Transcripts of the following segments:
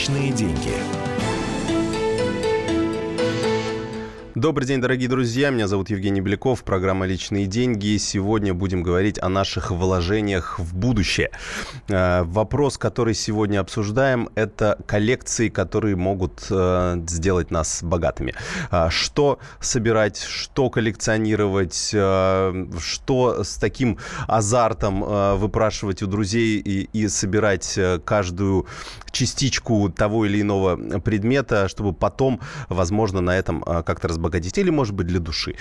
Личные деньги. Добрый день, дорогие друзья. Меня зовут Евгений Беляков. Программа «Личные деньги». Сегодня будем говорить о наших вложениях в будущее. Вопрос, который сегодня обсуждаем, это коллекции, которые могут сделать нас богатыми. Что собирать, что коллекционировать, что с таким азартом выпрашивать у друзей и собирать каждую частичку того или иного предмета, чтобы потом, возможно, на этом как-то разбогатеть. Или, может быть, для души.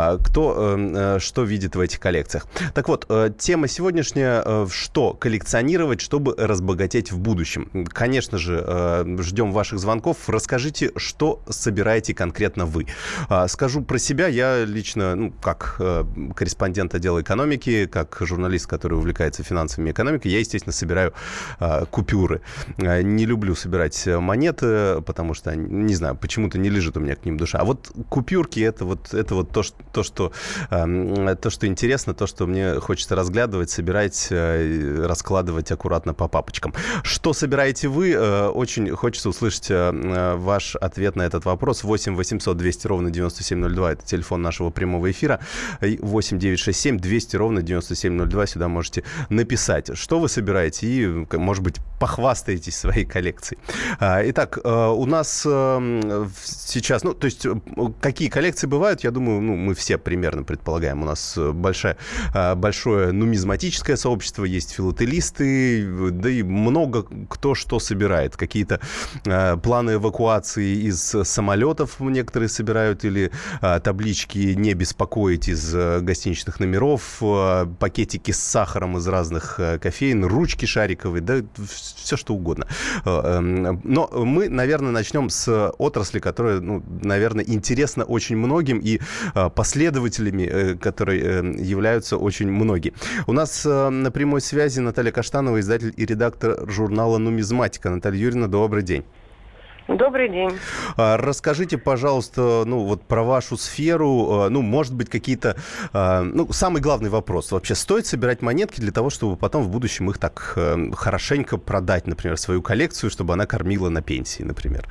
Кто что видит в этих коллекциях. Так вот, тема сегодняшняя, что коллекционировать, чтобы разбогатеть в будущем. Конечно же, ждем ваших звонков. Расскажите, что собираете конкретно вы. Скажу про себя. Я лично, как корреспондент отдела экономики, как журналист, который увлекается финансовыми экономикой, я, естественно, собираю купюры. Не люблю собирать монеты, потому что, не знаю, почему-то не лежит у меня к ним душа. А вот купюрки это вот то, что интересно, то, что мне хочется разглядывать, собирать, раскладывать аккуратно по папочкам. Что собираете вы? Очень хочется услышать ваш ответ на этот вопрос. 8 800 200 ровно 9702. Это телефон нашего прямого эфира. 8 967 200 ровно 9702. Сюда можете написать, что вы собираете, и, может быть, похвастаетесь своей коллекцией. Итак, у нас сейчас, то есть, какие коллекции бывают, я думаю, мы все примерно предполагаем. У нас большое нумизматическое сообщество, есть филателисты, да и много кто что собирает. Какие-то планы эвакуации из самолетов некоторые собирают, или таблички «Не беспокоить» из гостиничных номеров, пакетики с сахаром из разных кофеин, ручки шариковые, да, все что угодно. Но мы, наверное, начнем с отрасли, которая, наверное, интересна очень многим, и последователями, которые являются очень многие. У нас на прямой связи Наталья Каштанова, издатель и редактор журнала «Нумизматика». Наталья Юрьевна, добрый день. Добрый день. Расскажите, пожалуйста, про вашу сферу, может быть, какие-то... самый главный вопрос. Вообще, стоит собирать монетки для того, чтобы потом в будущем их так хорошенько продать, например, свою коллекцию, чтобы она кормила на пенсии, например?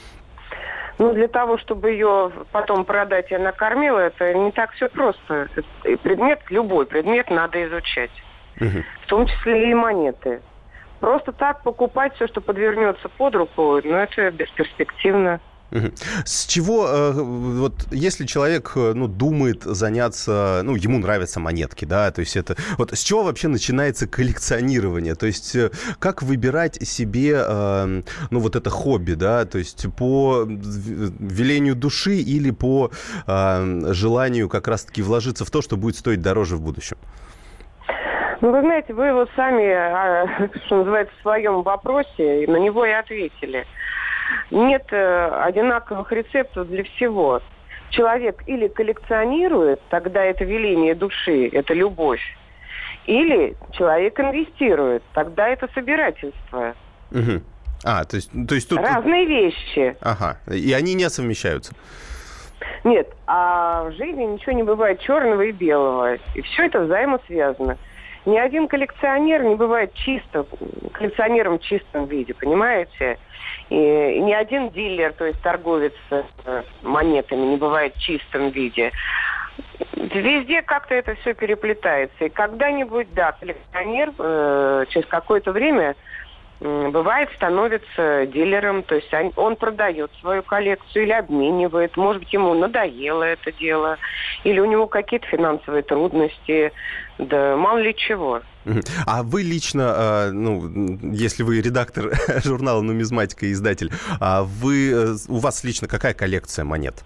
Для того, чтобы ее потом продать и она кормила, это не так все просто. Любой предмет надо изучать. В том числе и монеты. Просто так покупать все, что подвернется под руку, это бесперспективно. С чего, если человек, думает заняться, ему нравятся монетки, да, то есть это, с чего вообще начинается коллекционирование? То есть как выбирать себе, это хобби, да, то есть по велению души или по желанию как раз-таки вложиться в то, что будет стоить дороже в будущем? Вы знаете, вы сами, что называется, в своем вопросе на него и ответили. Нет одинаковых рецептов для всего. Человек или коллекционирует, тогда это веление души, это любовь. Или человек инвестирует, тогда это собирательство. Угу. То есть тут... Разные вещи. Ага, и они не совмещаются. Нет, а в жизни ничего не бывает черного и белого. И все это взаимосвязано. Ни один коллекционер не бывает коллекционером в чистом виде, понимаете? И ни один дилер, то есть торговец монетами, не бывает в чистом виде. Везде как-то это все переплетается. И когда-нибудь, коллекционер через какое-то время бывает становится дилером, то есть он продает свою коллекцию или обменивает, может быть, ему надоело это дело, или у него какие-то финансовые трудности, да мало ли чего. А вы лично, если вы редактор журнала «Нумизматика» и издатель, у вас лично какая коллекция монет?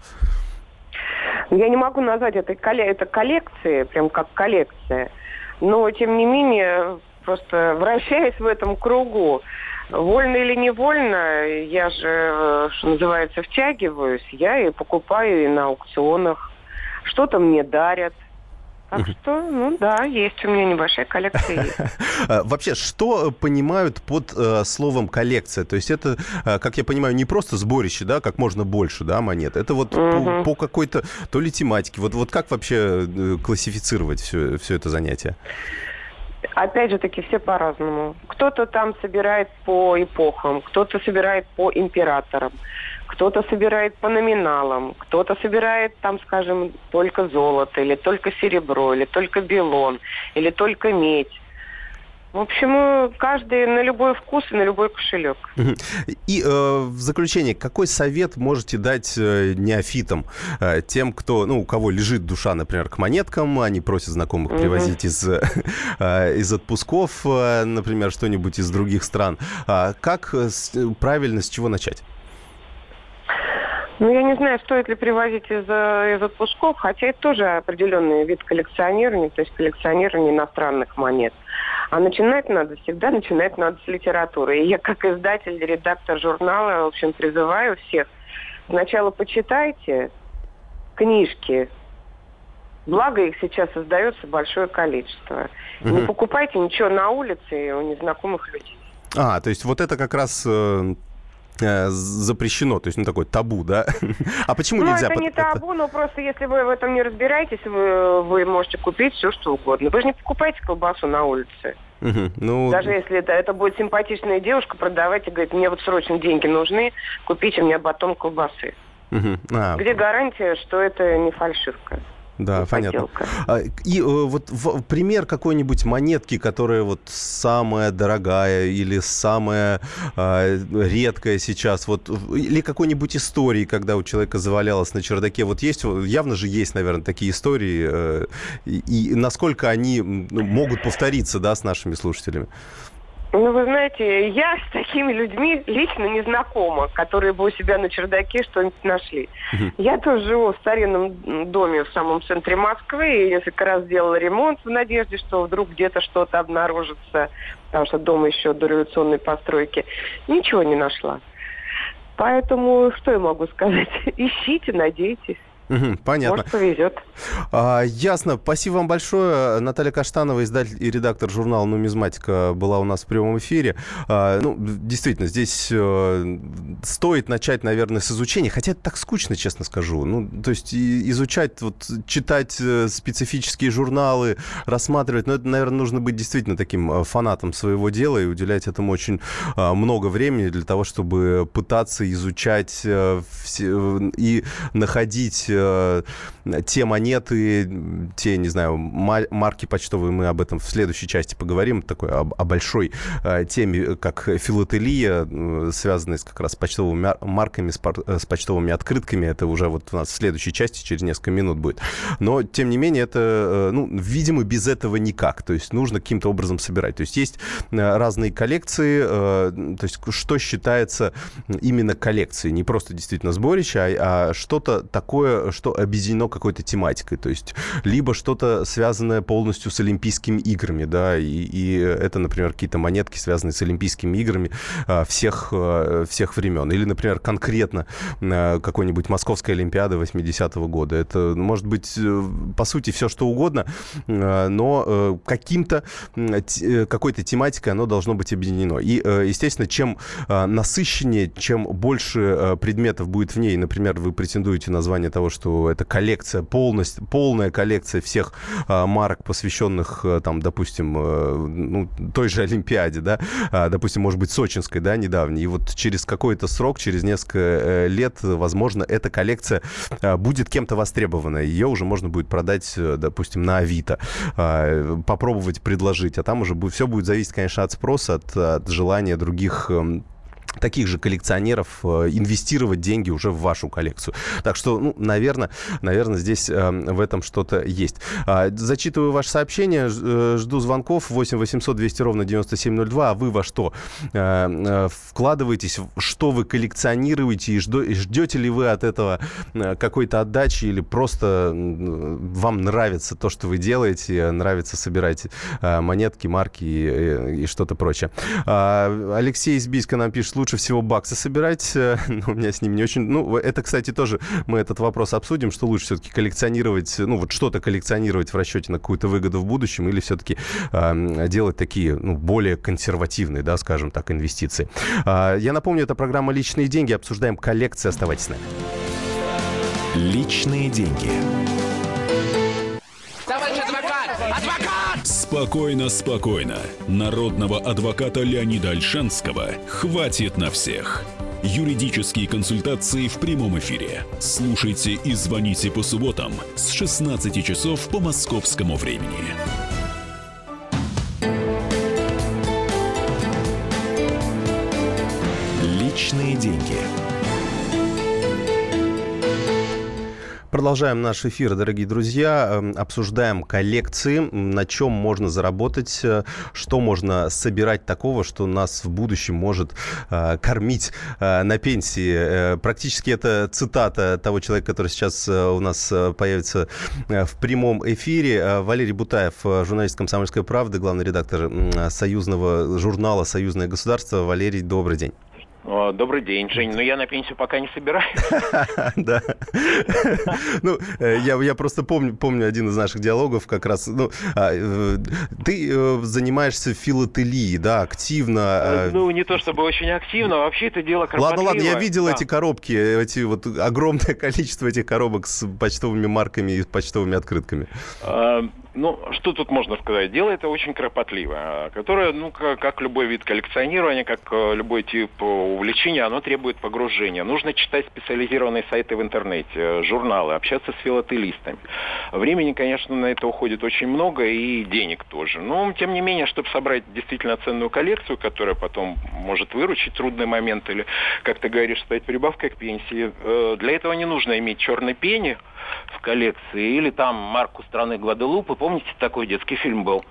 Я не могу назвать это коллекцией, прям как коллекция, но, тем не менее... Просто вращаясь в этом кругу, вольно или невольно, я же, что называется, втягиваюсь, я и покупаю и на аукционах. Что-то мне дарят. Так что, есть у меня небольшая коллекция. Вообще, что понимают под словом коллекция? То есть это, как я понимаю, не просто сборище, да, как можно больше, да, монет. Это по какой-то, то ли тематике. Вот как вообще классифицировать все это занятие? Опять же таки, все по-разному. Кто-то там собирает по эпохам, кто-то собирает по императорам, кто-то собирает по номиналам, кто-то собирает там, скажем, только золото, или только серебро, или только белон, или только медь. В общем, каждый на любой вкус и на любой кошелек. И в заключение, какой совет можете дать неофитам, тем, кто, у кого лежит душа, например, к монеткам, они просят знакомых привозить из отпусков, например, что-нибудь из других стран. Как правильно, с чего начать? Я не знаю, стоит ли привозить из отпусков, хотя это тоже определенный вид коллекционирования, то есть коллекционирование иностранных монет. А всегда начинать надо с литературы. И я, как издатель, редактор журнала, в общем, призываю всех. Сначала почитайте книжки. Благо, их сейчас создается большое количество. Не покупайте ничего на улице у незнакомых людей. То есть вот это как раз... запрещено, то есть, такое табу, да? А почему нельзя? Это не табу, но просто если вы в этом не разбираетесь, вы можете купить все, что угодно. Вы же не покупаете колбасу на улице. Даже если это будет симпатичная девушка продавать и говорит, мне вот срочно деньги нужны, купите мне батон колбасы. Где гарантия, что это не фальшивка? Да, понятно. И вот пример какой-нибудь монетки, которая вот самая дорогая или самая редкая сейчас, или какой-нибудь истории, когда у человека завалялось на чердаке, явно же есть, наверное, такие истории, и насколько они могут повториться, да, с нашими слушателями? Вы знаете, я с такими людьми лично не знакома, которые бы у себя на чердаке что-нибудь нашли. Я тоже живу в старинном доме в самом центре Москвы, и несколько раз делала ремонт в надежде, что вдруг где-то что-то обнаружится, потому что дом еще дореволюционной постройки. Ничего не нашла. Поэтому что я могу сказать? Ищите, надейтесь. Понятно. Может, повезет. Ясно. Спасибо вам большое. Наталья Каштанова, издатель и редактор журнала «Нумизматика», была у нас в прямом эфире. Действительно, здесь стоит начать, наверное, с изучения. Хотя это так скучно, честно скажу. То есть изучать, читать специфические журналы, рассматривать. Это, наверное, нужно быть действительно таким фанатом своего дела и уделять этому очень много времени для того, чтобы пытаться изучать и находить те монеты, те, не знаю, марки почтовые, мы об этом в следующей части поговорим, такой о большой теме, как филателия, связанная как раз с почтовыми марками, с почтовыми открытками. Это уже у нас в следующей части, через несколько минут будет. Но, тем не менее, это, видимо, без этого никак. То есть нужно каким-то образом собирать. То есть есть разные коллекции, то есть что считается именно коллекцией. Не просто действительно сборище, а что-то такое, что объединено какой-то тематикой, то есть либо что-то связанное полностью с Олимпийскими играми, да, и это, например, какие-то монетки, связанные с Олимпийскими играми всех времен, или, например, конкретно какой-нибудь Московская Олимпиада 80-го года. Это может быть, по сути, все что угодно, но какой-то тематикой оно должно быть объединено. И, естественно, чем насыщеннее, чем больше предметов будет в ней, например, вы претендуете на звание того, что это коллекция, полная коллекция всех марок, посвященных, допустим, той же Олимпиаде, да, допустим, может быть, сочинской, да, недавней. И вот через какой-то срок, через несколько лет, возможно, эта коллекция будет кем-то востребована. Ее уже можно будет продать, допустим, на Авито, попробовать предложить. А там уже все будет зависеть, конечно, от спроса, от желания других таких же коллекционеров инвестировать деньги уже в вашу коллекцию. Так что, наверное, здесь в этом что-то есть. Зачитываю ваше сообщение, жду звонков 8 800 200 ровно 9702. А вы во что вкладываетесь, что вы коллекционируете, и ждете ли вы от этого какой-то отдачи, или просто вам нравится то, что вы делаете, нравится собирать монетки, марки и что-то прочее. Алексей из Бийска нам пишет: лучше всего баксы собирать, но у меня с ним не очень... это, кстати, тоже мы этот вопрос обсудим, что лучше все-таки коллекционировать, что-то коллекционировать в расчете на какую-то выгоду в будущем, или все-таки делать такие, более консервативные, да, скажем так, инвестиции. Я напомню, это программа «Личные деньги». Обсуждаем коллекции. Оставайтесь с нами. Личные деньги. Товарищ адвокат, Адвокат! Спокойно, спокойно. Народного адвоката Леонида Ольшанского хватит на всех. Юридические консультации в прямом эфире. Слушайте и звоните по субботам с 16 часов по московскому времени. Личные деньги. Продолжаем наш эфир, дорогие друзья. Обсуждаем коллекции, на чем можно заработать, что можно собирать такого, что нас в будущем может кормить на пенсии. Практически это цитата того человека, который сейчас у нас появится в прямом эфире. Валерий Бутаев, журналист «Комсомольской правды», главный редактор союзного журнала «Союзное государство». Валерий, добрый день. Добрый день, Жень. Но я на пенсию пока не собираюсь. Да. Ну, я просто помню один из наших диалогов как раз. Ну, ты занимаешься филателией, да, активно. Ну, не то чтобы очень активно, вообще это дело кропотливое. Ладно, я видел эти коробки, эти вот огромное количество этих коробок с почтовыми марками и почтовыми открытками. Ну, что тут можно сказать? Дело это очень кропотливое, которое, ну, как любой вид коллекционирования, как любой тип увлечения, оно требует погружения. Нужно читать специализированные сайты в интернете, журналы, общаться с филателистами. Времени, конечно, на это уходит очень много, и денег тоже. Но, тем не менее, чтобы собрать действительно ценную коллекцию, которая потом может выручить трудный момент или, как ты говоришь, стать прибавкой к пенсии, для этого не нужно иметь черный пенни в коллекции или там марку страны Гваделупы. Помните, такой детский фильм был?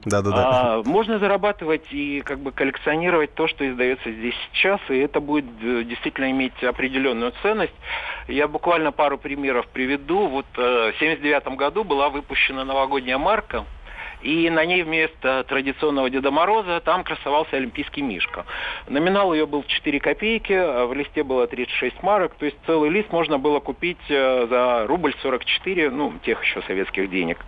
Да. Можно зарабатывать и как бы коллекционировать то, что издается здесь сейчас, и это будет действительно иметь определенную ценность. Я буквально пару примеров приведу. Вот в 1979 году была выпущена новогодняя марка, и на ней вместо традиционного Деда Мороза там красовался олимпийский мишка. Номинал ее был 4 копейки, в листе было 36 марок, то есть целый лист можно было купить за рубль 44, ну, тех еще советских денег.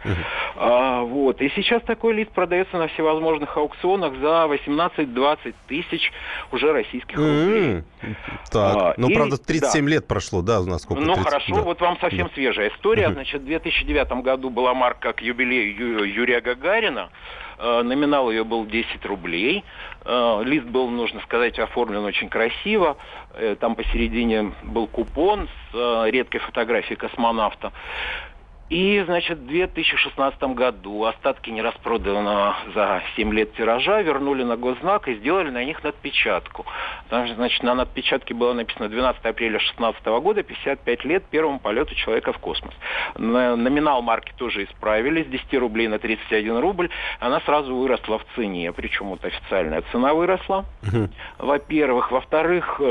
Вот. И сейчас такой лист продается на всевозможных аукционах за 18-20 тысяч уже российских рублей. Так, ну, правда, 37 лет прошло, да, у нас сколько? Ну, 30, хорошо, да. Вот вам совсем свежая история. Значит, в 2009 году была марка к юбилею Юрия Гагарина. Номинал ее был 10 рублей. Лист был, нужно сказать, оформлен очень красиво. Там посередине был купон с редкой фотографией космонавта. И, значит, в 2016 году остатки нераспроданного за 7 лет тиража вернули на госзнак и сделали на них надпечатку. Там, значит, на надпечатке было написано 12 апреля 2016 года, 55 лет первому полету человека в космос. Номинал марки тоже исправили с 10 рублей на 31 рубль. Она сразу выросла в цене, причем вот официальная цена выросла, во-первых. Во-вторых,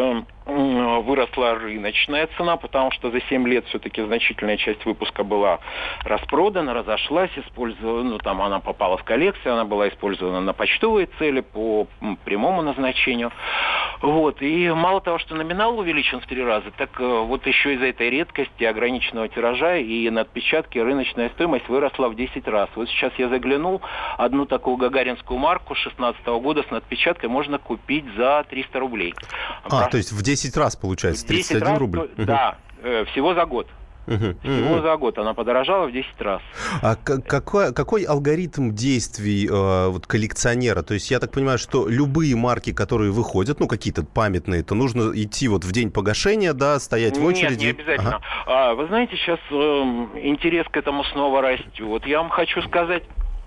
выросла рыночная цена, потому что за 7 лет все-таки значительная часть выпуска была распродана, разошлась, использована, ну, там она попала в коллекцию, она была использована на почтовые цели по прямому назначению. Вот. И мало того, что номинал увеличен в 3 раза, так вот еще из-за этой редкости, ограниченного тиража и надпечатки рыночная стоимость выросла в 10 раз. Вот сейчас я заглянул, одну такую гагаринскую марку 2016 года с надпечаткой можно купить за 300 рублей. То есть в 10 раз получается, 31 рубль? Да, всего за год. Всего за год она подорожала в 10 раз. А какой алгоритм действий вот, коллекционера? То есть я так понимаю, что любые марки, которые выходят, ну, какие-то памятные, то нужно идти вот в день погашения, да, стоять в очереди? Нет, не обязательно. Вы знаете, сейчас интерес к этому снова растет. Я вам хочу сказать,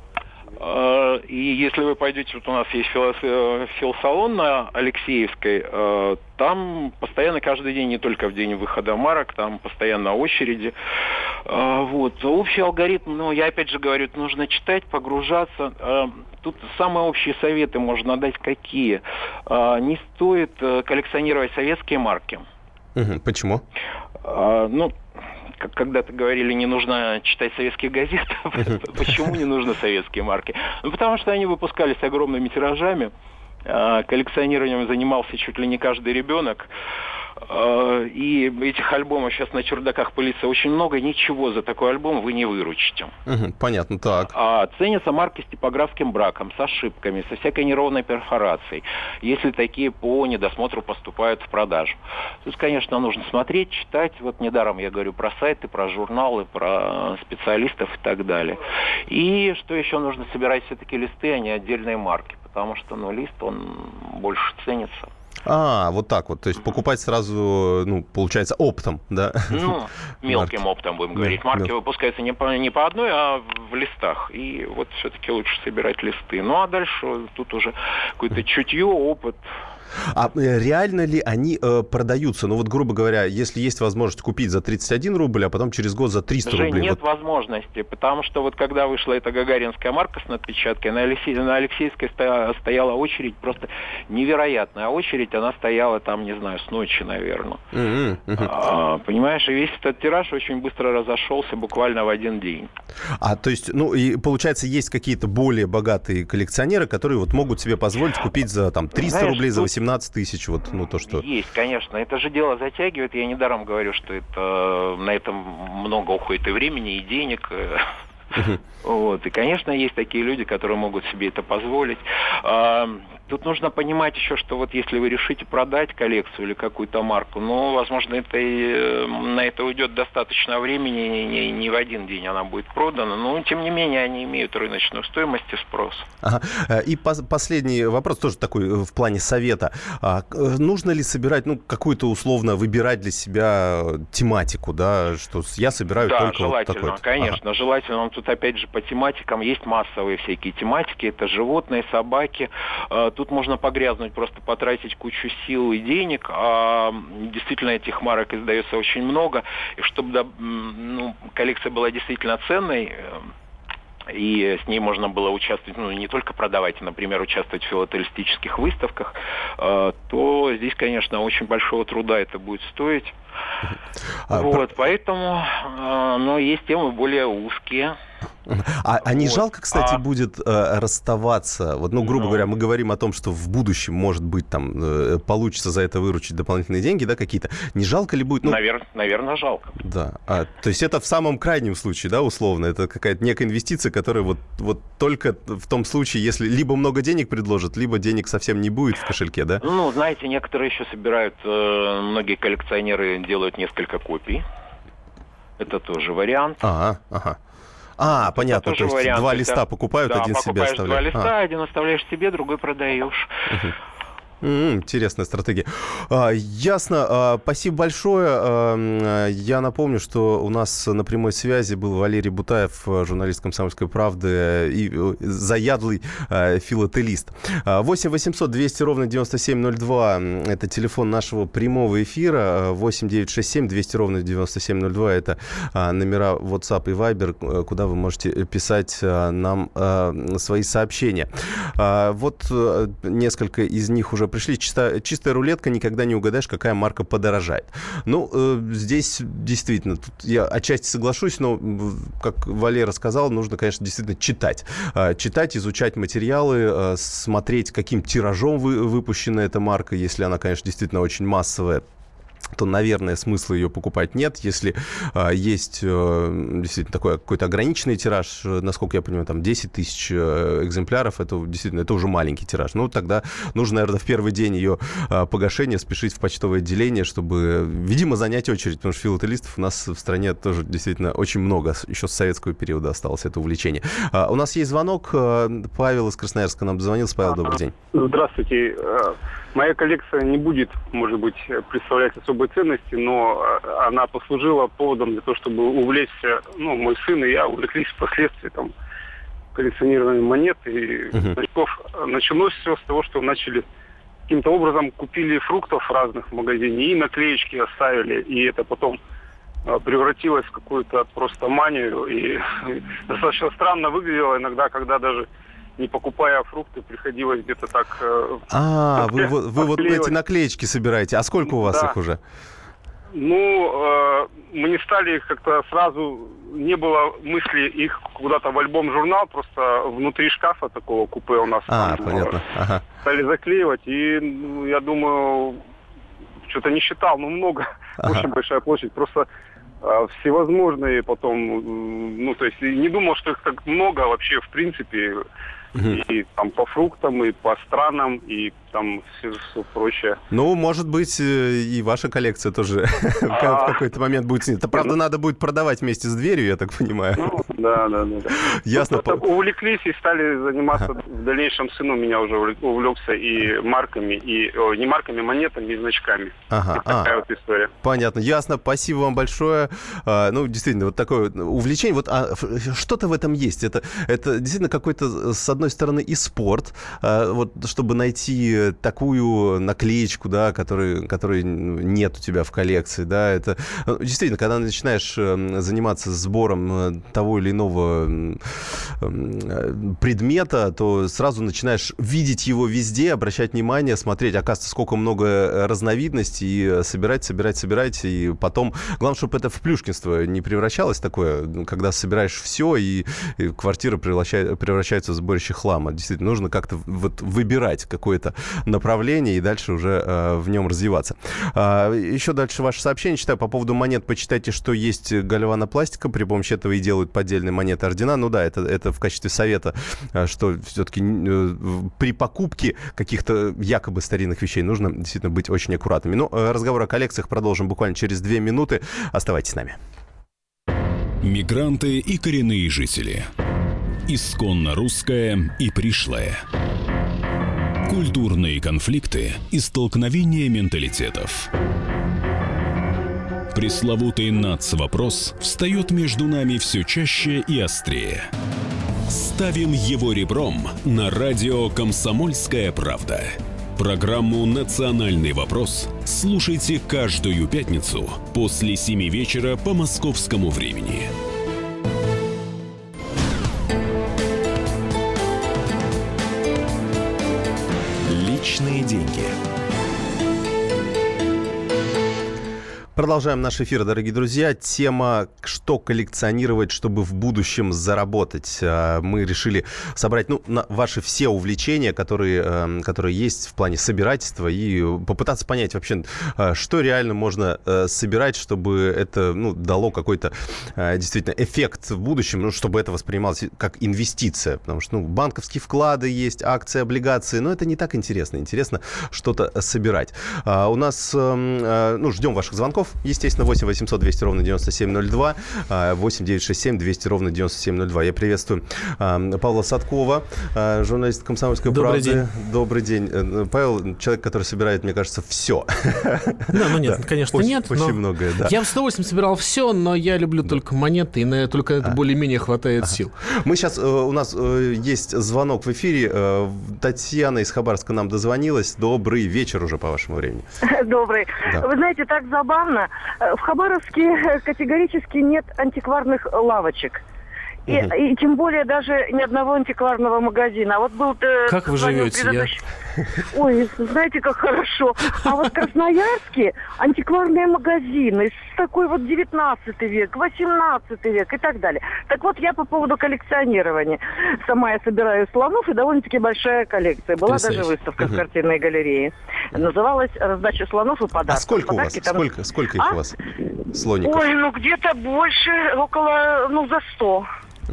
и если вы пойдете, вот у нас есть филсалон на Алексеевской, там постоянно каждый день, не только в день выхода марок, там постоянно очереди. Вот. Общий алгоритм, ну, я опять же говорю, нужно читать, погружаться. Тут самые общие советы можно дать какие. Не стоит коллекционировать советские марки. Почему? Ну, как когда-то говорили, не нужно читать советских газет. Почему не нужно советские марки? Ну, потому что они выпускались огромными тиражами. Коллекционированием занимался чуть ли не каждый ребенок. И этих альбомов сейчас на чердаках пылится очень много. Ничего за такой альбом вы не выручите. Понятно, так. Ценятся марки с типографским браком, с ошибками, со всякой неровной перфорацией, если такие по недосмотру поступают в продажу. Тут, конечно, нужно смотреть, читать. Вот недаром я говорю про сайты, про журналы, про специалистов и так далее. И что еще нужно собирать все-таки листы, а не отдельные марки. Потому что, лист, он больше ценится. Вот так вот. То есть покупать сразу, получается, оптом, да? Мелким оптом, будем говорить. Марки выпускаются не по одной, а в листах. И вот все-таки лучше собирать листы. А дальше тут уже какое-то чутье, опыт. А реально ли они продаются? Грубо говоря, если есть возможность купить за 31 рубль, а потом через год за 300 рублей. Нет возможности, потому что когда вышла эта гагаринская марка с надпечаткой, на Алексеевской стояла очередь, просто невероятная очередь, она стояла там, не знаю, с ночи, наверное. Понимаешь, и весь этот тираж очень быстро разошелся буквально в один день. То есть, и получается, есть какие-то более богатые коллекционеры, которые могут себе позволить купить за 300 рублей, за 18 тысяч, то, что... Есть, конечно. Это же дело затягивает. Я недаром говорю, что на этом много уходит и времени, и денег. И, конечно, есть такие люди, которые могут себе это позволить. Тут нужно понимать еще, что если вы решите продать коллекцию или какую-то марку, возможно, на это уйдет достаточно времени, не в один день она будет продана, но, тем не менее, они имеют рыночную стоимость и спрос. И последний вопрос, тоже такой в плане совета. Нужно ли собирать, какую-то условно выбирать для себя тематику, да, что я собираю только желательно, вот такой? Конечно, желательно. Тут, опять же, по тематикам есть массовые всякие тематики, это животные, собаки. Тут можно погрязнуть, просто потратить кучу сил и денег, а действительно этих марок издается очень много, и чтобы коллекция была действительно ценной, и с ней можно было участвовать, не только продавать, например, участвовать в филателистических выставках, то здесь, конечно, очень большого труда это будет стоить. Поэтому, есть темы более узкие. Не жалко, кстати, будет расставаться? Грубо говоря, мы говорим о том, что в будущем, может быть, получится за это выручить дополнительные деньги, да, какие-то. Не жалко ли будет? Наверное, жалко. Да. То есть это в самом крайнем случае, да, условно? Это какая-то некая инвестиция, которая вот только в том случае, если либо много денег предложат, либо денег совсем не будет в кошельке, да? Знаете, некоторые еще собирают, многие коллекционеры делают несколько копий. Это тоже вариант. Понятно, то есть вариант. Два листа покупают, один себе оставляют. Два листа, один оставляешь себе, другой продаешь. Интересная стратегия. Ясно. Спасибо большое. Я напомню, что у нас на прямой связи был Валерий Бутаев, журналист «Комсомольской правды» и заядлый филателист. 8 800 200 ровно 9702 – это телефон нашего прямого эфира. 8 967 200 ровно 9702 – это номера WhatsApp и Viber, куда вы можете писать нам свои сообщения. Несколько из них уже пришли. Чистая рулетка, никогда не угадаешь, какая марка подорожает. Здесь действительно, тут я отчасти соглашусь, но, как Валера сказал, нужно, конечно, действительно читать. Читать, изучать материалы, смотреть, каким тиражом выпущена эта марка, если она, конечно, действительно очень массовая, то, наверное, смысла ее покупать нет. Если есть действительно такой какой-то ограниченный тираж, насколько я понимаю, 10 тысяч экземпляров, это действительно уже маленький тираж. Тогда нужно, наверное, в первый день ее погашения спешить в почтовое отделение, чтобы, видимо, занять очередь, потому что филателистов у нас в стране тоже действительно очень много. Еще с советского периода осталось это увлечение. У нас есть звонок. Павел из Красноярска нам дозвонился. Павел, добрый день. Здравствуйте. Моя коллекция не будет, может быть, представлять особой ценности, но она послужила поводом для того, чтобы увлечься, мой сын и я увлеклись впоследствии коллекционированием монет и значков. Началось все с того, что начали каким-то образом купили фруктов разных в магазине и наклеечки оставили, и это потом превратилось в какую-то просто манию, и достаточно странно выглядело иногда, когда даже не покупая фрукты, приходилось где-то так... Вы эти наклеечки собираете. А сколько у вас их уже? Ну, мы не стали их как-то сразу, не было мысли их куда-то в альбом-журнал, просто внутри шкафа такого купе у нас. Понятно. Ага. Стали заклеивать, и, ну, я думаю, что-то не считал, но много, очень большая площадь, просто всевозможные потом, ну, то есть не думал, что их так много вообще, в принципе, и там по фруктам, и по странам, и там все прочее. Ну, может быть, и ваша коллекция тоже в какой-то момент будет снята. Правда, надо будет продавать вместе с дверью, я так понимаю. Ну, да. Ясно. Увлеклись и стали заниматься в дальнейшем. Сын у меня уже увлекся и марками, и не марками, монетами и значками. Вот такая вот история. Понятно, ясно. Спасибо вам большое. Ну, действительно, вот такое увлечение. Вот что-то в этом есть. Это действительно какой-то, с одной стороны, и спорт, вот, чтобы найти такую наклеечку, да, которой нет у тебя в коллекции, да, это действительно, когда начинаешь заниматься сбором того или иного предмета, то сразу начинаешь видеть его везде, обращать внимание, смотреть, оказывается, сколько много разновидностей, и собирать, и потом, главное, чтобы это в плюшкинство не превращалось такое, когда собираешь все, и квартира превращается в сборище хлама. Действительно, нужно как-то вот выбирать какое-то направление и дальше уже в нем развиваться. Еще дальше ваше сообщение читаю по поводу монет. Почитайте, что есть гальванопластика. При помощи этого и делают поддельные монеты ордена. Ну да, это в качестве совета, что все-таки при покупке каких-то якобы старинных вещей нужно действительно быть очень аккуратными. Но разговор о коллекциях продолжим буквально через 2 минуты. Оставайтесь с нами. Мигранты и коренные жители. Исконно русское и пришлое. Культурные конфликты и столкновения менталитетов. Пресловутый НАЦ-вопрос встает между нами все чаще и острее. Ставим его ребром на радио «Комсомольская правда». Программу «Национальный вопрос» слушайте каждую пятницу после 7 вечера по московскому времени. Личные деньги. Продолжаем наш эфир, дорогие друзья. Тема «Что коллекционировать, чтобы в будущем заработать?». Мы решили собрать ваши все увлечения, которые есть в плане собирательства, и попытаться понять вообще, что реально можно собирать, чтобы это дало какой-то действительно эффект в будущем, чтобы это воспринималось как инвестиция. Потому что банковские вклады есть, акции, облигации, но это не так интересно. Интересно что-то собирать. У нас, ждем ваших звонков. Естественно, 8 800 200 ровно 9702, 8 967 200 ровно 9702. Я приветствую Павла Садкова, журналист «Комсомольской правды». Добрый день. Павел, человек, который собирает, мне кажется, все. Нет, конечно, нет. Очень многое, да. Я с удовольствием собирал все, но я люблю только монеты, и только это более-менее хватает сил. Мы сейчас, у нас есть звонок в эфире. Татьяна из Хабаровска нам дозвонилась. Добрый вечер уже по вашему времени. Добрый. Да. Вы знаете, так забавно. В Хабаровске категорически нет антикварных лавочек. И тем более даже ни одного антикварного магазина. Вот был... Как вы живете? Ой, знаете, как хорошо. А вот в Красноярске антикварные магазины с такой вот 19 век, 18 век и так далее. Так вот, я по поводу коллекционирования. Сама я собираю слонов, и довольно-таки большая коллекция. Была даже выставка в картинной галерее. Называлась «Раздача слонов и подарков». А сколько у вас? Сколько их у вас? Слоников? Ой, где-то больше, около, за 100.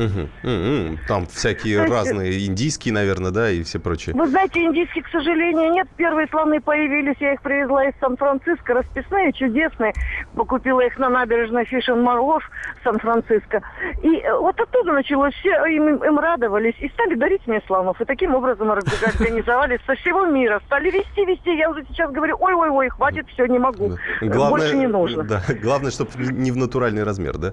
Там всякие разные, индийские, наверное, да, и все прочие. Вы знаете, индийских, к сожалению, нет. Первые слоны появились, я их привезла из Сан-Франциско, расписные, чудесные. Покупила их на набережной Фиш-энд-Марлош, Сан-Франциско. И вот оттуда началось, все им радовались и стали дарить мне слонов. И таким образом организовались со всего мира. Стали вести. Я уже сейчас говорю, ой, хватит, все, не могу. Больше не нужно. Да, главное, чтобы не в натуральный размер, да?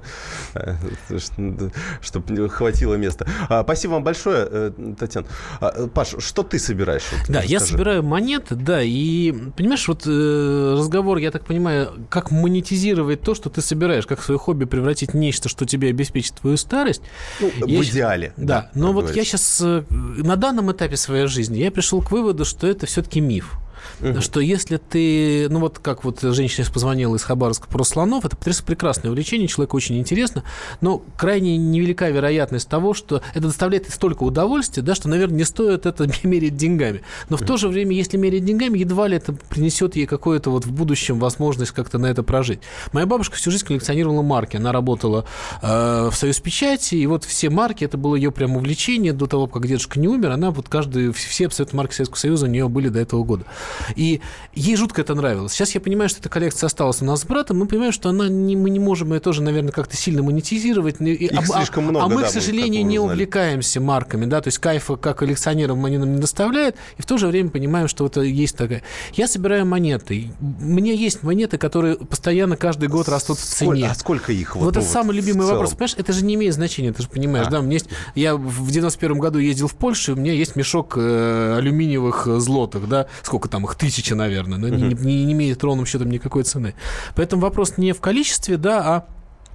Чтобы хватило места. Спасибо вам большое, Татьяна. Паш, что ты собираешь? Да, я собираю монеты, да, и, понимаешь, вот разговор, я так понимаю, как монетизировать то, что ты собираешь, как свое хобби превратить в нечто, что тебе обеспечит твою старость. В идеале. Да, но вот я сейчас на данном этапе своей жизни я пришел к выводу, что это все-таки миф. что если ты, ну вот как вот женщина позвонила из Хабаровска про слонов, это прекрасное увлечение, человеку очень интересно, но крайне невелика вероятность того, что это доставляет столько удовольствия, да, что, наверное, не стоит это мерить деньгами. Но в то же время, если мерить деньгами, едва ли это принесет ей какое-то вот в будущем возможность как-то на это прожить. Моя бабушка всю жизнь коллекционировала марки. Она работала в Союзпечати, и вот все марки, это было ее прям увлечение до того, как дедушка не умер. Она вот все абсолютно марки Советского Союза у нее были до этого года. И ей жутко это нравилось. Сейчас я понимаю, что эта коллекция осталась у нас с братом, мы понимаем, что мы не можем ее тоже, наверное, как-то сильно монетизировать. Их слишком много, мы, да, к сожалению, не увлекаемся марками, да, то есть кайфа как коллекционерам они нам не доставляют, и в то же время понимаем, что вот есть такая. Я собираю монеты. У меня есть монеты, которые постоянно каждый год растут в цене. А сколько их? Вот это самый любимый вопрос. Понимаешь, это же не имеет значения, ты же понимаешь, да? Я в 91 году ездил в Польшу, у меня есть мешок алюминиевых злотых, да? Сколько там их? 1000, наверное. Но не имеет ровным счетом никакой цены. Поэтому вопрос не в количестве, да, а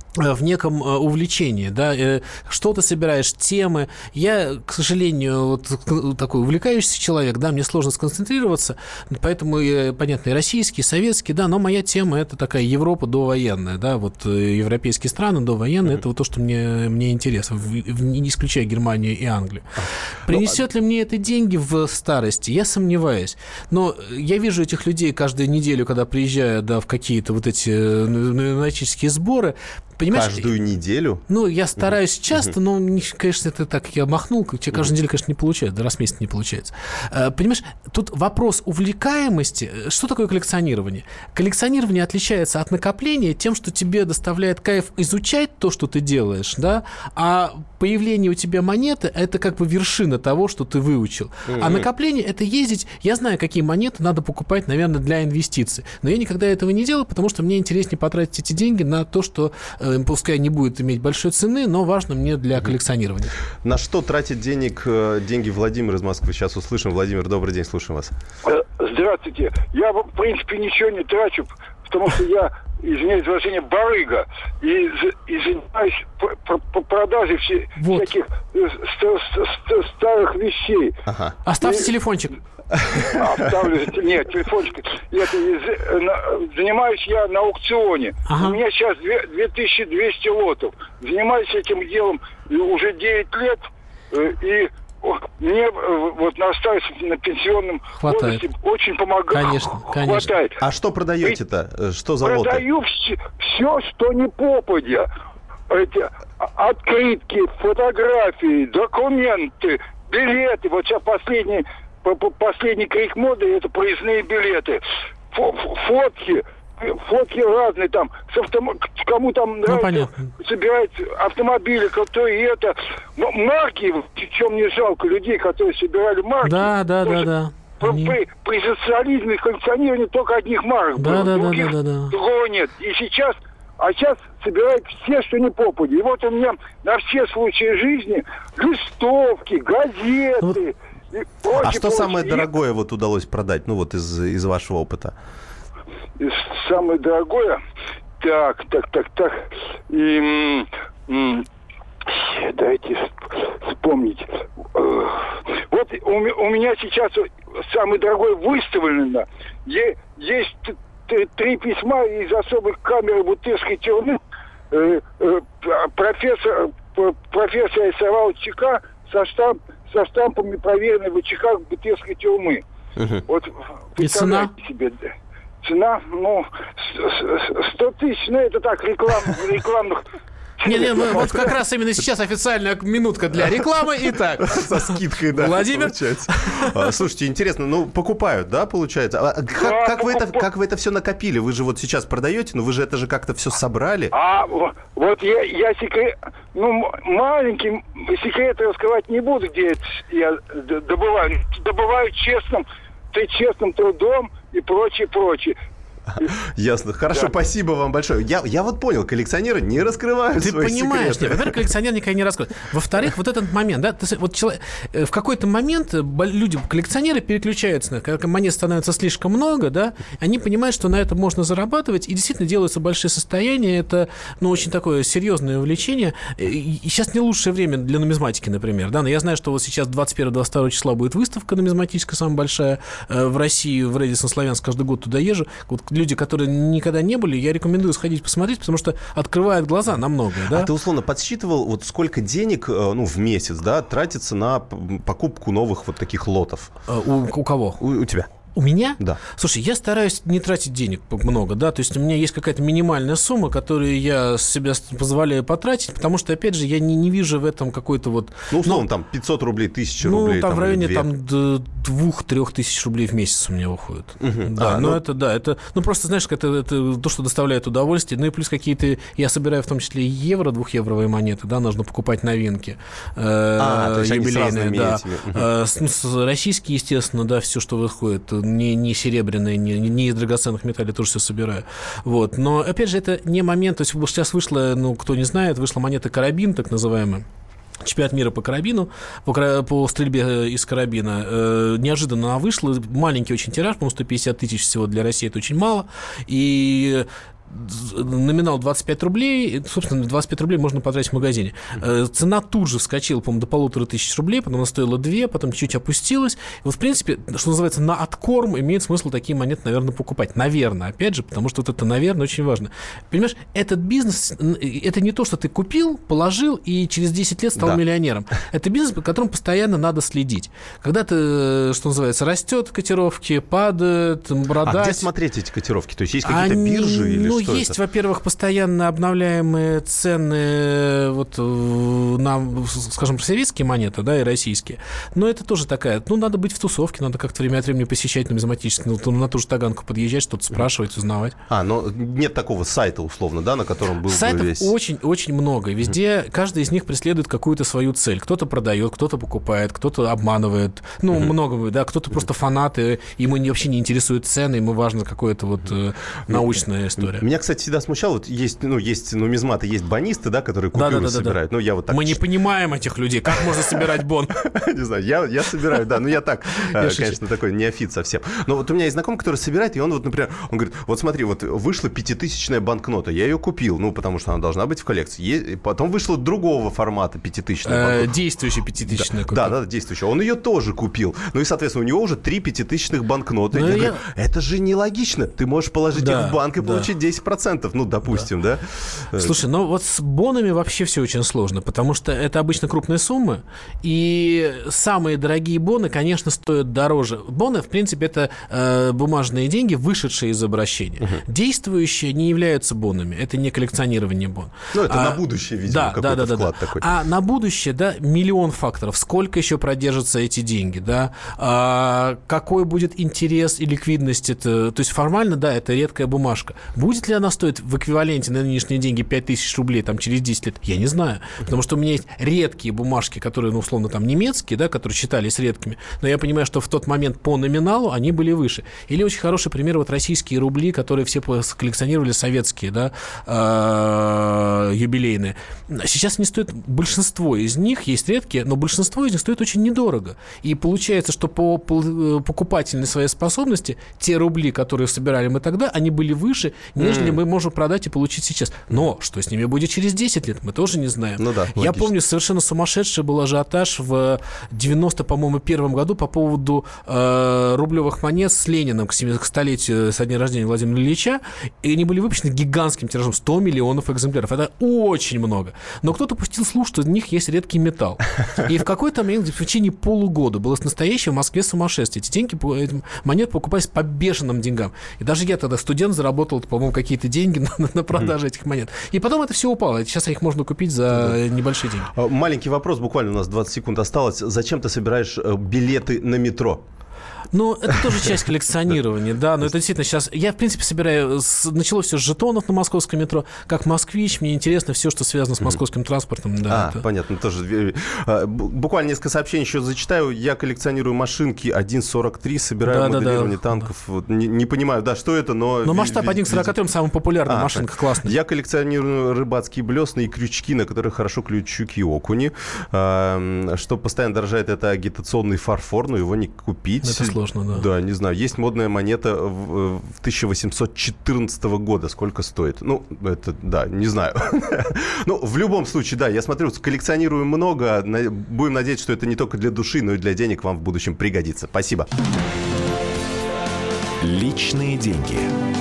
в неком увлечении, да, что ты собираешь, темы. Я, к сожалению, вот такой увлекающийся человек, да, мне сложно сконцентрироваться, поэтому, понятно, и российский, и советский, да, но моя тема – это такая Европа довоенная, да, вот европейские страны довоенные, это вот то, что мне интересно, не исключая Германию и Англию. Принесет ли мне это деньги в старости? Я сомневаюсь. Но я вижу этих людей каждую неделю, когда приезжаю, да, в какие-то вот эти новические сборы. Понимаешь, каждую неделю? Ну, я стараюсь часто, но, конечно, это так, я махнул, тебе каждую неделю, конечно, не получается, да, раз в месяц не получается. Понимаешь, тут вопрос увлекаемости. Что такое коллекционирование? Коллекционирование отличается от накопления тем, что тебе доставляет кайф изучать то, что ты делаешь, да, а появление у тебя монеты – это как бы вершина того, что ты выучил. А накопление – это ездить, я знаю, какие монеты надо покупать, наверное, для инвестиций, но я никогда этого не делаю, потому что мне интереснее потратить эти деньги на то, что пускай не будет иметь большой цены, но важно мне для коллекционирования. На что тратит деньги Владимир из Москвы? Сейчас услышим. Владимир, добрый день, слушаем вас. Здравствуйте. Я, в принципе, ничего не трачу, потому что я, извиняюсь за выражение, барыга. И занимаюсь продажей всяких старых вещей. Ага. Оставьте телефончик. Нет, телефончик. Занимаюсь я на аукционе. У меня сейчас 2200 лотов. Занимаюсь этим делом уже 9 лет. И мне вот на старости, на пенсионном возрасте очень помогает. Конечно. Хватает. А что продаете-то? Что за лоты? Продаю все, что не попадя. Эти открытки, фотографии, документы, билеты. Вот сейчас последний крик моды – это проездные билеты. Фотки разные там. Кому там нравится, собирать автомобили, кто и это. Но марки, причем не жалко людей, которые собирали марки. Да. При социализме коллекционирование только одних марок было. Другого нет. И сейчас собирают все, что не попадет. И вот у меня на все случаи жизни листовки, газеты. А что самое дорогое вот удалось продать, ну вот из вашего опыта? Самое дорогое? Так. Дайте вспомнить. Вот у меня сейчас самое дорогое выставлено. Есть 3 письма из особой камеры Бутырской тюрьмы профессора СРА ЧК со штампами, проверенной в ЧК Бутырской тюрьмы. Вот представляете себе. Цена, 100 тысяч, это так, рекламных... Не, вот как раз именно сейчас официальная минутка для рекламы. Итак, со скидкой, да, Владимир. Получается. Слушайте, интересно, покупают, да, получается? Как вы это все накопили? Вы же вот сейчас продаете, но вы же это же как-то все собрали. Вот я секрет, маленький секрет раскрывать не буду, где я добываю честным трудом и прочее. Ясно. Хорошо, спасибо вам большое. Я вот понял, коллекционеры не раскрывают свои секреты. Ты понимаешь, во-первых, коллекционер никогда не раскроет. Во-вторых, вот этот момент, да, вот человек, в какой-то момент люди, коллекционеры, переключаются, когда монет становится слишком много, да, они понимают, что на этом можно зарабатывать, и действительно делаются большие состояния. Это, очень такое серьезное увлечение. И сейчас не лучшее время для нумизматики, например, да, но я знаю, что вот сейчас 21-22 числа будет выставка нумизматическая, самая большая в России, в Рэдиссон Славянск, каждый год туда езжу. Вот люди, которые никогда не были, я рекомендую сходить посмотреть, потому что открывает глаза на многое, да. А ты условно подсчитывал, вот сколько денег, в месяц, да, тратится на покупку новых вот таких лотов? У кого? У тебя. У меня? Да. Слушай, я стараюсь не тратить денег много, да, то есть у меня есть какая-то минимальная сумма, которую я себе позволяю потратить, потому что, опять же, я не вижу в этом какой-то вот... условно, там 500 рублей, 1000 рублей. Там в районе 2-3 тысяч рублей в месяц у меня уходит. Да, это, просто, знаешь, это то, что доставляет удовольствие, и плюс какие-то, я собираю в том числе евро, 2-евровые монеты, да, нужно покупать новинки. То есть юбилейные, да. Российские, естественно, да, все, что выходит, не серебряные, не из драгоценных металлей, тоже все собираю. Вот. Но, опять же, это не момент. То есть сейчас вышла, кто не знает, вышла монета «Карабин», так называемая. Чемпионат мира по карабину, по стрельбе из карабина. Неожиданно она вышла. Маленький очень тираж, по-моему, 150 тысяч всего для России. Это очень мало. И номинал 25 рублей, собственно, 25 рублей можно потратить в магазине. Цена тут же вскочила, по-моему, до 1500 рублей, потом она стоила 2, потом чуть опустилась. И вот, в принципе, что называется, на откорм имеет смысл такие монеты, наверное, покупать. Наверное, опять же, потому что вот это, наверное, очень важно. Понимаешь, этот бизнес, это не то, что ты купил, положил и через 10 лет стал миллионером. Это бизнес, по которому постоянно надо следить. Когда ты, что называется, растет котировки, падает, борода. А где смотреть эти котировки? То есть есть какие-то биржи или что есть, это? во-первых, постоянно обновляемые цены вот на, скажем, советские монеты, да, и российские. Но это тоже такая, надо быть в тусовке, надо как-то время от времени посещать нумизматически, на ту же Таганку подъезжать, что-то спрашивать, узнавать. Но нет такого сайта, условно, да, на котором был сайтов весь... очень много. Везде каждый из них преследует какую-то свою цель. Кто-то продает, кто-то покупает, кто-то обманывает. Много, да, кто-то просто фанаты, ему вообще не интересуют цены, ему важно какая-то вот научная история. Меня, кстати, всегда смущало, вот есть нумизматы, есть бонисты, да, которые купюры собирают. Я вот так... Мы не понимаем этих людей, как можно собирать бон? Не знаю, я собираю, да, я так, конечно, такой неофит совсем. Но вот у меня есть знакомый, который собирает, и он вот, например, он говорит, вот смотри, вот вышла 5000-я банкнота, я ее купил, потому что она должна быть в коллекции. Потом вышла другого формата 5000-я банкнота. Действующая 5000-я купил. Да, действующая. Он ее тоже купил. И, соответственно, у него уже 3 5000-х банкноты. Я говорю, это же нелогично. Ты можешь положить их в банк и получить 10%, допустим, да? Слушай, вот с бонами вообще все очень сложно, потому что это обычно крупные суммы, и самые дорогие боны, конечно, стоят дороже. Боны, в принципе, это бумажные деньги, вышедшие из обращения. Действующие не являются бонами, это не коллекционирование бон. Это на будущее, видимо, какой-то вклад такой. А на будущее, миллион факторов. Сколько еще продержатся эти деньги, да? Какой будет интерес и ликвидность? То есть формально, это редкая бумажка. Будет ли она стоить в эквиваленте на нынешние деньги 5000 рублей через 10 лет? Я не знаю. Потому что у меня есть редкие бумажки, которые, условно, немецкие, да, которые считались редкими, но я понимаю, что в тот момент по номиналу они были выше. Или очень хороший пример, российские рубли, которые все коллекционировали, советские, да, юбилейные. Сейчас не стоит, большинство из них есть редкие, но большинство из них стоит очень недорого. И получается, что по покупательной своей способности те рубли, которые собирали мы тогда, они были выше, нежели мы можем продать и получить сейчас. Но что с ними будет через 10 лет, мы тоже не знаем. Я помню, совершенно сумасшедший был ажиотаж в 91 году по поводу рублевых монет с Лениным к столетию со дня рождения Владимира Ильича, и они были выпущены гигантским тиражом 100 миллионов экземпляров. Это очень много. Но кто-то пустил слух, что в них есть редкий металл. И в какой-то момент, в течение полугода, было настоящее в Москве сумасшествие. Эти монеты покупались по бешеным деньгам. И даже я тогда, студент, заработал, по-моему, какие-то деньги на продаже этих монет. И потом это все упало. Сейчас их можно купить за небольшие деньги. Маленький вопрос, буквально у нас 20 секунд осталось. Зачем ты собираешь билеты на метро? Ну, это тоже часть коллекционирования, да, но это действительно сейчас... Я, в принципе, собираю... Началось все с жетонов на московском метро. Как москвич, мне интересно все, что связано с московским транспортом. Да, понятно, тоже. Буквально несколько сообщений еще зачитаю. Я коллекционирую машинки 1.43, собираю моделирование танков. Вот, не понимаю, да, что это, но... Но масштаб 1.43 самая популярная машинка, классная. Я коллекционирую рыбацкие блесны и крючки, на которых хорошо клюют щуки и окуни. Что постоянно дорожает, это агитационный фарфор, но его не купить. Это сложно, да. Да, не знаю. Есть модная монета 1814 года. Сколько стоит? Ну, это, да, не знаю. Ну, в любом случае, да, я смотрю, коллекционирую много. Будем надеяться, что это не только для души, но и для денег вам в будущем пригодится. Спасибо. Личные деньги.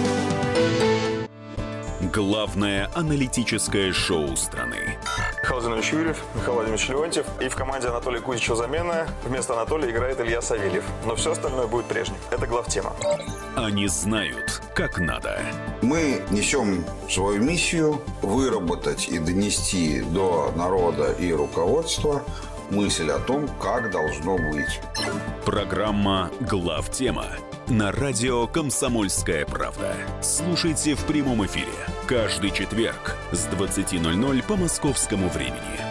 Главное аналитическое шоу страны. Михаил Владимирович Юрьев, Михаил Владимирович Леонтьев. И в команде Анатолия Кузичева замена. Вместо Анатолия играет Илья Савельев. Но все остальное будет прежним. Это главтема. Они знают, как надо. Мы несем свою миссию выработать и донести до народа и руководства мысль о том, как должно быть. Программа «Главтема» на радио «Комсомольская правда». Слушайте в прямом эфире каждый четверг с 20:00 по московскому времени.